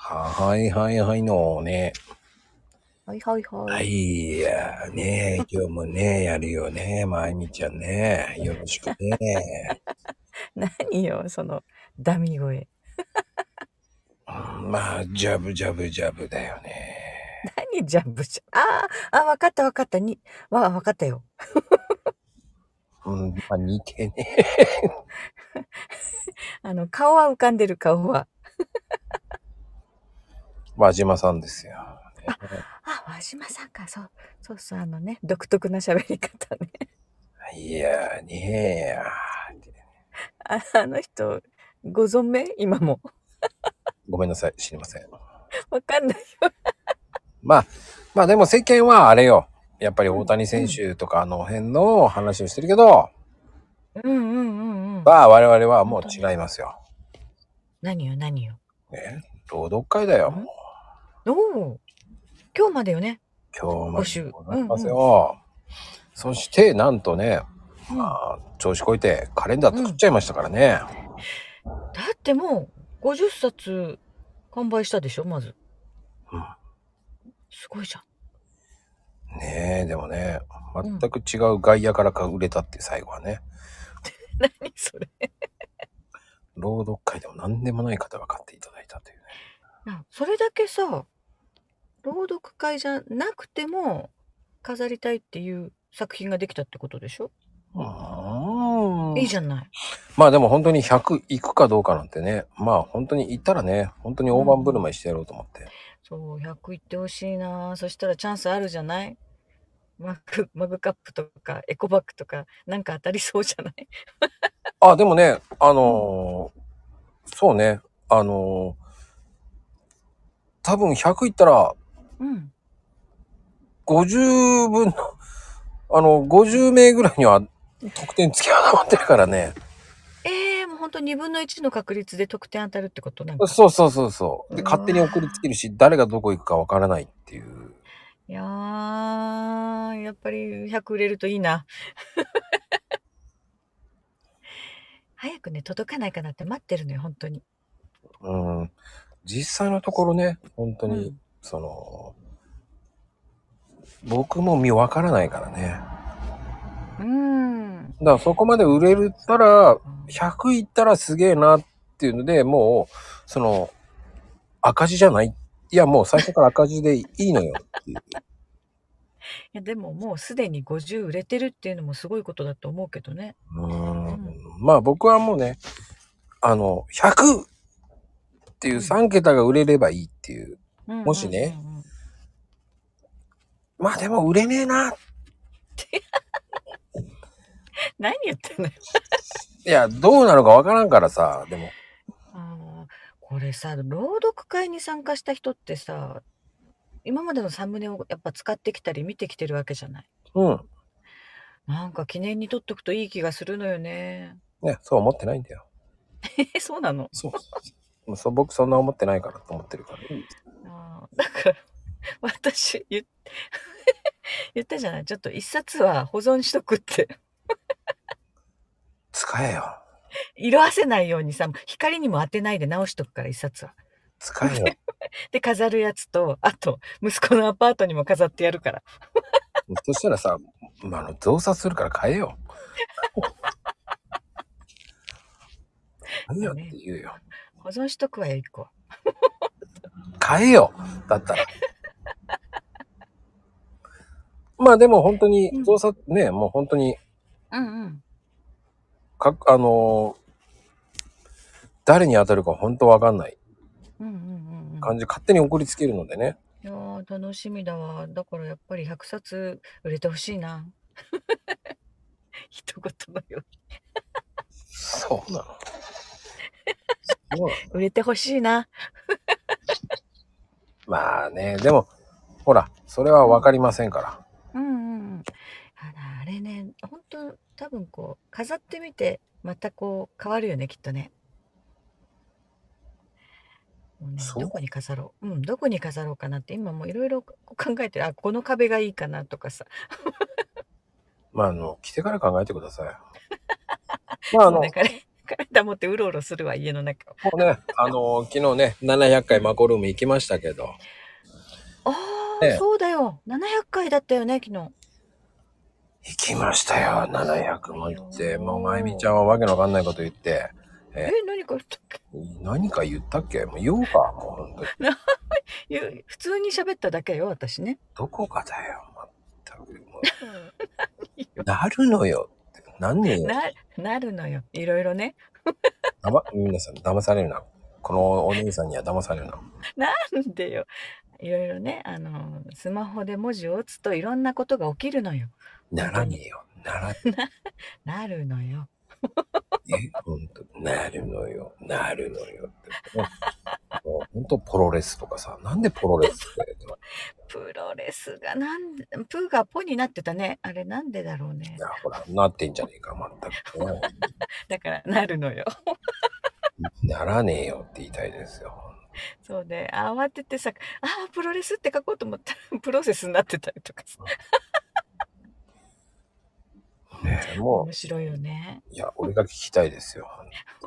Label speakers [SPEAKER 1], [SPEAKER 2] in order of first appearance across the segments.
[SPEAKER 1] はいはいはいのね。
[SPEAKER 2] はいはいは。
[SPEAKER 1] はいいやね、今日もね、やるよね、まゆみちゃんね。よろしくね。
[SPEAKER 2] 何よ、その、ダミ声。
[SPEAKER 1] まあ、ジャブジャブジャブだよね。
[SPEAKER 2] 何ジャンプし、わかったわかった。わかったよ。
[SPEAKER 1] まあ似てね。
[SPEAKER 2] 顔は浮かんでる顔は。
[SPEAKER 1] 輪島さんですよ。
[SPEAKER 2] 輪島さんか。そうそう、独特な喋り方ね。
[SPEAKER 1] いやね
[SPEAKER 2] あの人、ご存命今も。
[SPEAKER 1] ごめんなさい、知りません。
[SPEAKER 2] わかんないよ。
[SPEAKER 1] まあでも世間はあれよ。やっぱり大
[SPEAKER 2] うん、
[SPEAKER 1] 谷選
[SPEAKER 2] うん。
[SPEAKER 1] 手とかあの辺の話をしてるけど、
[SPEAKER 2] うんうんうんうん。
[SPEAKER 1] まあ我々はもう
[SPEAKER 2] ほんとね。
[SPEAKER 1] 違いますよ。
[SPEAKER 2] 何よ何よ。
[SPEAKER 1] ね、朗読会だよ。
[SPEAKER 2] んおお、今日までよね。
[SPEAKER 1] 今日まで
[SPEAKER 2] 募集。
[SPEAKER 1] ございます
[SPEAKER 2] うんうん。
[SPEAKER 1] よ。そして、なんとね、
[SPEAKER 2] うん。
[SPEAKER 1] 調子こいてカレンダー
[SPEAKER 2] うん。
[SPEAKER 1] 作っちゃいましたからね。
[SPEAKER 2] だってもう、50冊完売したでしょまず。
[SPEAKER 1] う
[SPEAKER 2] すごいじゃん。
[SPEAKER 1] ん、ねえ、でもね、
[SPEAKER 2] うん。
[SPEAKER 1] 全く違う外野からか売れたって最後はね。
[SPEAKER 2] 何それ。
[SPEAKER 1] 朗読会でも何でもない方が買っていただいたというね。
[SPEAKER 2] それだけさ、朗読会じゃなくても飾りたいっていう作品ができたってことでしょ。
[SPEAKER 1] うーん。
[SPEAKER 2] いいじゃない。
[SPEAKER 1] まあでも本当に100いくかどうかなんてね。まあ本当に行ったらね、本当に
[SPEAKER 2] うん
[SPEAKER 1] 大盤振る
[SPEAKER 2] うん。
[SPEAKER 1] 舞いしてやろうと思って。
[SPEAKER 2] そう、100いってほしいな。そしたらチャンスあるじゃない。マグカップとかエコバッグとかなんか当たりそうじゃない。
[SPEAKER 1] あ、でもね、
[SPEAKER 2] うん。
[SPEAKER 1] そうね、多分100いったら
[SPEAKER 2] うん。
[SPEAKER 1] 50分の、50名ぐらいには得点付き合わってるからね。
[SPEAKER 2] もうほんと2分の1の確率で得点当たるってことなんか。
[SPEAKER 1] そうそうそうそう。で、勝
[SPEAKER 2] うわ
[SPEAKER 1] 手に送りつけるし、誰がどこ行くかわからないっていう。
[SPEAKER 2] ー。いややっぱり100売れるといいな。早くね、届かないかなって待ってるのよ、ほんとに。
[SPEAKER 1] うん。実際のところね、本当に、
[SPEAKER 2] うん。
[SPEAKER 1] その、僕も見わからないからね。
[SPEAKER 2] うーん。
[SPEAKER 1] だからそこまで売れるったら、
[SPEAKER 2] うん。
[SPEAKER 1] 100いったらすげえなっていうので、もう、その、赤字じゃない。いや、もう最初から赤字でいいのよっていう。
[SPEAKER 2] いや、でももうすでに50売れてるっていうのもすごいことだと思うけどね。うん。
[SPEAKER 1] まあ僕はもうね、100っていう
[SPEAKER 2] うん。
[SPEAKER 1] 3桁が売れればいいっていう。
[SPEAKER 2] うんうんう
[SPEAKER 1] もしね、
[SPEAKER 2] んうん。
[SPEAKER 1] まあでも売れねえな。
[SPEAKER 2] 何言ってんのよ。
[SPEAKER 1] いや、どうなのかわからんからさ、でも。
[SPEAKER 2] これさ、朗読会に参加した人ってさ、今までのサムネをやっぱ使ってきたり見てきてるわけじゃない。
[SPEAKER 1] うん。
[SPEAKER 2] なんか記念に撮っとくといい気がするのよね。
[SPEAKER 1] ね、そう思ってないんだよ。
[SPEAKER 2] そうなの。
[SPEAKER 1] そう。僕そんな思ってないからと思ってるからいいです。
[SPEAKER 2] だから、私言ったじゃない。ちょっと一冊は保存しとくって。
[SPEAKER 1] 使えよ。
[SPEAKER 2] 色褪せないようにさ、光にも当てないで直しとくから一冊は。
[SPEAKER 1] 使えよ。
[SPEAKER 2] で、飾るやつと、あと、息子のアパートにも飾ってやるから。
[SPEAKER 1] そしたらさ、増刷するから買えよ。買えよって
[SPEAKER 2] まあね、
[SPEAKER 1] 言うよ。
[SPEAKER 2] 保存しとくわよ、一個。
[SPEAKER 1] 買えよ。だったら。まあでも本当に
[SPEAKER 2] うん。
[SPEAKER 1] 増刷ね、もう本当に、
[SPEAKER 2] うんうん。
[SPEAKER 1] か、誰に当たるか本当わかんない
[SPEAKER 2] うんうんうんうん。
[SPEAKER 1] 感じ、勝手に送りつけるのでね。
[SPEAKER 2] いや楽しみだわ。だからやっぱり100冊売れてほしいな。一言のよ
[SPEAKER 1] そうなの。そうなの。
[SPEAKER 2] うに売れてほしいな。
[SPEAKER 1] まあね、でも、ほら、それは
[SPEAKER 2] うん。
[SPEAKER 1] わかりませんから。
[SPEAKER 2] うんうんうん。あれね、ほんと多分こう、飾ってみて、またこう変わるよね、きっとね。もうね、どこ
[SPEAKER 1] そう
[SPEAKER 2] に飾ろう。うん、どこに飾ろうかなって今もういろいろ考えてる。この壁がいいかなとかさ。
[SPEAKER 1] まあ、来てから考えてください。まあ、
[SPEAKER 2] そうね、 カレンダー持ってうろうろするわ、家の中を。
[SPEAKER 1] もうね、昨日ね、700回マコルーム行きましたけど。
[SPEAKER 2] ああ、
[SPEAKER 1] ね、
[SPEAKER 2] そうだよ。700回だったよね、昨日。
[SPEAKER 1] 行きましたよ、700も行って。もう、まゆみちゃんはわけのわかんないこと言って。
[SPEAKER 2] 何か言ったっけ？
[SPEAKER 1] 何か言ったっけ？もう言おうか、もう本当に。
[SPEAKER 2] 普通に喋っただけよ、私ね。
[SPEAKER 1] どこかだよ、全く。もうなるのよって。何年よ。
[SPEAKER 2] なるのよ。いろいろね。
[SPEAKER 1] 皆さん騙されるな。このお姉さんには騙されるな。
[SPEAKER 2] なんでよ。いろいろね、スマホで文字を打つといろんなことが起きるのよ。
[SPEAKER 1] ならねえよ。
[SPEAKER 2] なるのよ。
[SPEAKER 1] 本当なるのよ。なるのよって、ね。もう本当プロレスとかさ、なんでプロレスって。
[SPEAKER 2] プロレスがプーがポになってたね。あれなんでだろうね
[SPEAKER 1] い。や、ほら、なってんじゃねえか、全く、ね。
[SPEAKER 2] だから、なるのよ。
[SPEAKER 1] ならねえよって言いたいですよ。
[SPEAKER 2] そうで、慌ててさ、プロレスって書こうと思ったら、プロセスになってたりとかさ。
[SPEAKER 1] ねえ、もう。
[SPEAKER 2] 面白いよね。
[SPEAKER 1] いや、俺が聞きたいですよ。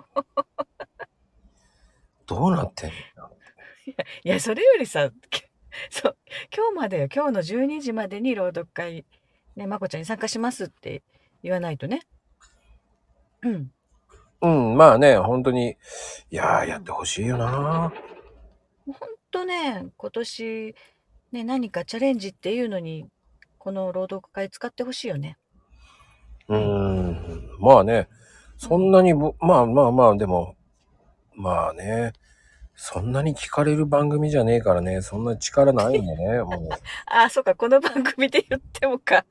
[SPEAKER 1] どうなってんの？
[SPEAKER 2] いや、それよりさ、そう、今日までよ、今日の12時までに朗読会、ね、まこちゃんに参加しますって言わないとね。うん。
[SPEAKER 1] うん、まあね、本当に、いやー、やってほしいよな。
[SPEAKER 2] ほんとね、今年、ね、何かチャレンジっていうのに、この朗読会使ってほしいよね。
[SPEAKER 1] まあね、そんなにまあ、でも、まあね、そんなに聞かれる番組じゃねえからね、そんな力ないんでね、もう。
[SPEAKER 2] そうか、この番組で言ってもか。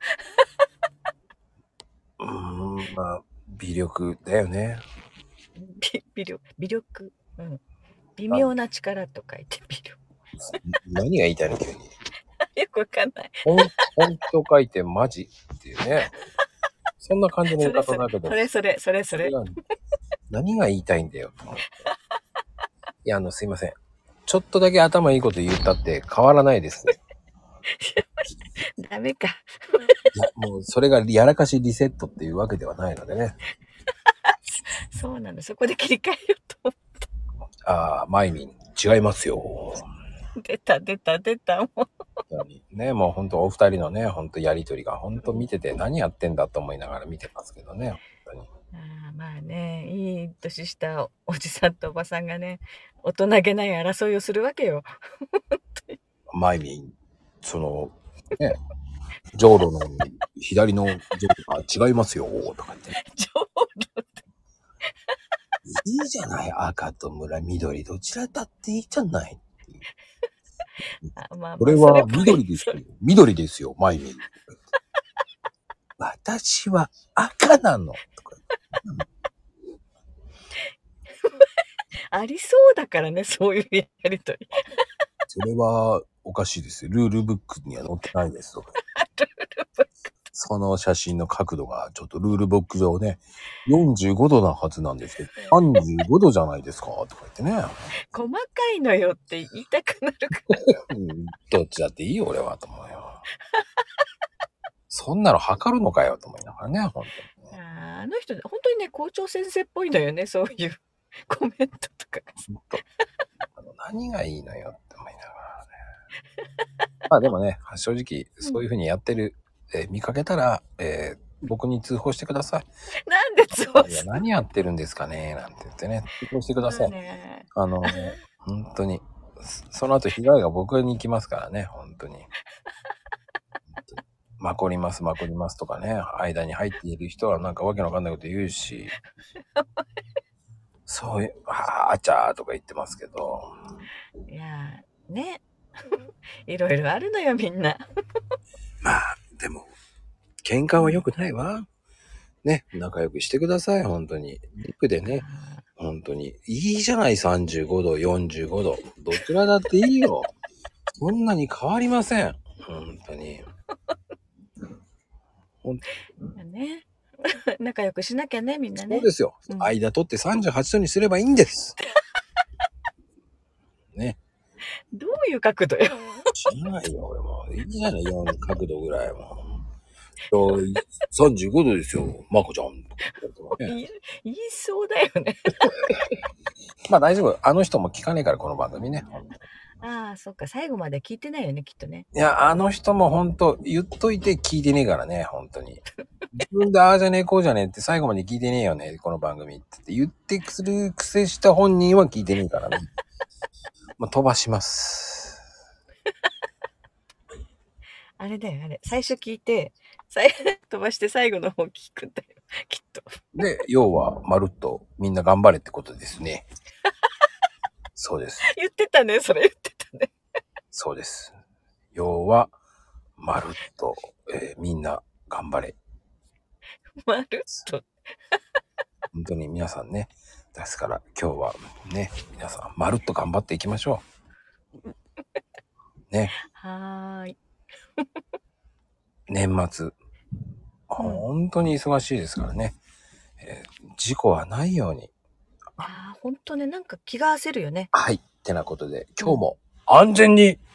[SPEAKER 1] まあ、微力だよね。
[SPEAKER 2] 微力。うん。微妙な力と書いて微力。
[SPEAKER 1] 何が言いたいの急に。
[SPEAKER 2] よくわかんない。
[SPEAKER 1] 本と書いてマジっていうね。そんな感じの言い方だけど。
[SPEAKER 2] それ。
[SPEAKER 1] 何が言いたいんだよと思って。いや、すいません。ちょっとだけ頭いいこと言ったって変わらないです。
[SPEAKER 2] ダメか。
[SPEAKER 1] いや、もうそれがやらかしリセットっていうわけではないのでね。
[SPEAKER 2] そうなの。そこで切り替えようと思
[SPEAKER 1] った。マイミン、違いますよ。
[SPEAKER 2] 出た。も
[SPEAKER 1] う。ね、もう本当お二人のね、本当やりとりが本当見てて何やってんだと思いながら見てますけどね。本当に。
[SPEAKER 2] まあね、いい年したおじさんとおばさんがね、大人げない争いをするわけよ。
[SPEAKER 1] マイミン、ね、ジョーロの左のジョーロが違いますよ、とか言って、ね。
[SPEAKER 2] ジョーロって
[SPEAKER 1] いいじゃない、赤と緑、どちらだっていいじゃない。これは緑ですよ。緑ですよ、マイミン。私は赤なの。とか
[SPEAKER 2] ありそうだからね、そういうやりとり。
[SPEAKER 1] それはおかしいですよ。ルールブックには載ってないですとか。その写真の角度がちょっとルールブック上ね、45度なはずなんですけど、35度じゃないですかとか言ってね。
[SPEAKER 2] 細かいのよって言いたくなるから。
[SPEAKER 1] どっちだっていいよ、俺は、と思うよ。そんなの測るのかよ、と思いながらね、本当に。
[SPEAKER 2] あの人、本当にね、校長先生っぽいのよね、そういうコメントとかが。
[SPEAKER 1] 何がいいのよって思いながらね。まあでもね、正直、そういう風にやってる、見かけたら、僕に通報してください。
[SPEAKER 2] なんで通報するの？
[SPEAKER 1] 何やってるんですかねなんて言ってね、通報してください。本当に。その後被害が僕に行きますからね、本当に。まこりますとかね、間に入っている人はなんかわけのわかんないこと言うし、そういう、あちゃーとか言ってますけど。
[SPEAKER 2] いやー、ね。いろいろあるのよ、みんな。
[SPEAKER 1] まあ、でも、喧嘩は良くないわ。ね、仲良くしてください、本当に。リップでね、本当に。いいじゃない、35度、45度。どちらだっていいよ。そんなに変わりません。本当に。
[SPEAKER 2] ね。仲良くしなきゃね、みんなね。
[SPEAKER 1] そうですよ。間取って38度にすればいいんです。ね。
[SPEAKER 2] どういう角度よ。
[SPEAKER 1] 知らないよ、俺も。いいじゃない、4角度ぐらいも。 35度ですよ、まこちゃん。
[SPEAKER 2] 言いそうだよね。
[SPEAKER 1] まあ大丈夫。あの人も聞かねえから、この番組ね。
[SPEAKER 2] ああ、そっか。最後まで聞いてないよね、きっとね。
[SPEAKER 1] いや、あの人も本当言っといて聞いてねえからね、本当に。自分でああじゃねえこうじゃねえって最後まで聞いてねえよね、この番組って言ってくる癖した本人は聞いてねえからね。まあ飛ばします。
[SPEAKER 2] あれだよ、あれ。最初聞いて、飛ばして最後の方聞くんだよ。きっと。
[SPEAKER 1] で、要は、まるっとみんな頑張れってことですね。そうです。
[SPEAKER 2] 言ってたね、それ言ってたね。
[SPEAKER 1] そうです。要は、まるっと、みんな頑張れ。
[SPEAKER 2] まるっと。
[SPEAKER 1] 本当に皆さんね。ですから今日はね、皆さんまるっと頑張っていきましょう。ね。
[SPEAKER 2] はーい。
[SPEAKER 1] 年末。本当に忙しいですからね。事故はないように。
[SPEAKER 2] ああ、ほんとね、なんか気が焦るよね。
[SPEAKER 1] はい。ってなことで、今日も安全に